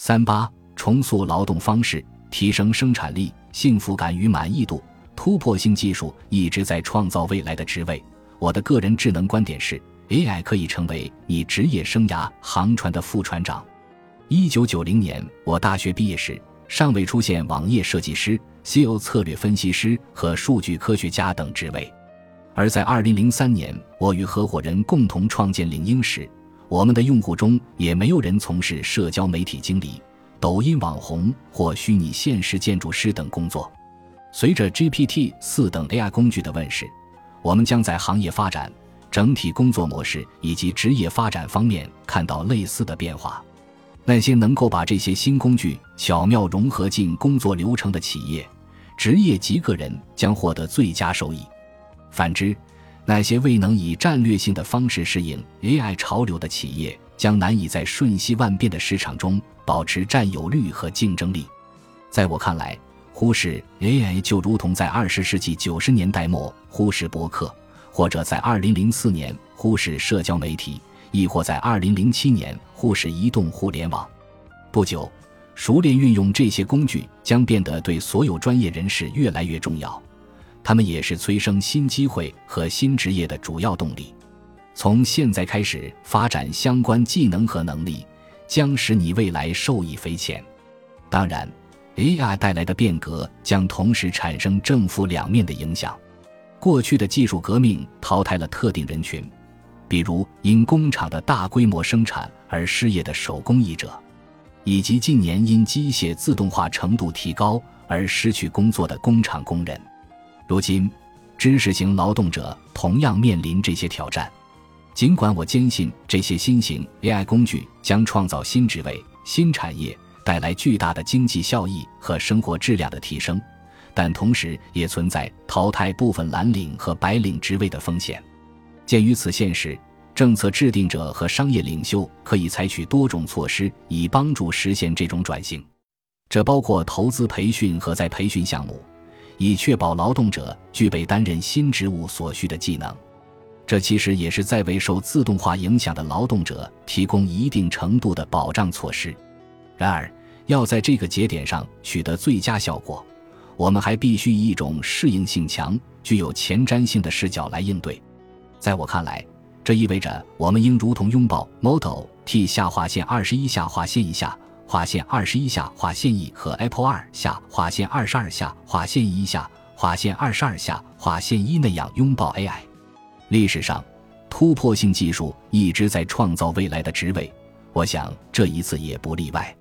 38. 重塑劳动方式，提升生产力、幸福感与满意度。突破性技术一直在创造未来的职位。我的个人智能观点是， AI 可以成为你职业生涯航船的副船长。1990年我大学毕业时，尚未出现网页设计师、SEO 策略分析师和数据科学家等职位。而在2003年我与合伙人共同创建领英时，我们的用户中也没有人从事社交媒体经理、抖音网红或虚拟现实建筑师等工作。随着 GPT-4 等 AI 工具的问世，我们将在行业发展、整体工作模式以及职业发展方面看到类似的变化。那些能够把这些新工具巧妙融合进工作流程的企业、职业及个人将获得最佳收益。反之，那些未能以战略性的方式适应 AI 潮流的企业，将难以在瞬息万变的市场中保持占有率和竞争力。在我看来，忽视 AI 就如同在20世纪90年代末忽视博客，或者在2004年忽视社交媒体，亦或在2007年忽视移动互联网。不久，熟练运用这些工具将变得对所有专业人士越来越重要，他们也是催生新机会和新职业的主要动力。从现在开始发展相关技能和能力，将使你未来受益匪浅。当然， AI 带来的变革将同时产生正负两面的影响。过去的技术革命淘汰了特定人群，比如因工厂的大规模生产而失业的手工艺者，以及近年因机械自动化程度提高而失去工作的工厂工人。如今，知识型劳动者同样面临这些挑战。尽管我坚信这些新型 AI 工具将创造新职位、新产业，带来巨大的经济效益和生活质量的提升，但同时也存在淘汰部分蓝领和白领职位的风险。鉴于此现实，政策制定者和商业领袖可以采取多种措施以帮助实现这种转型。这包括投资培训和再培训项目，以确保劳动者具备担任新职务所需的技能。这其实也是在为受自动化影响的劳动者提供一定程度的保障措施。然而，要在这个节点上取得最佳效果，我们还必须以一种适应性强、具有前瞻性的视角来应对。在我看来，这意味着我们应如同拥抱 Model T 下划线21下划线1下划线21下划线1和 Apple 2下划线22下划线1下划线22下划线1那样拥抱 AI。历史上，突破性技术一直在创造未来的职位，我想这一次也不例外。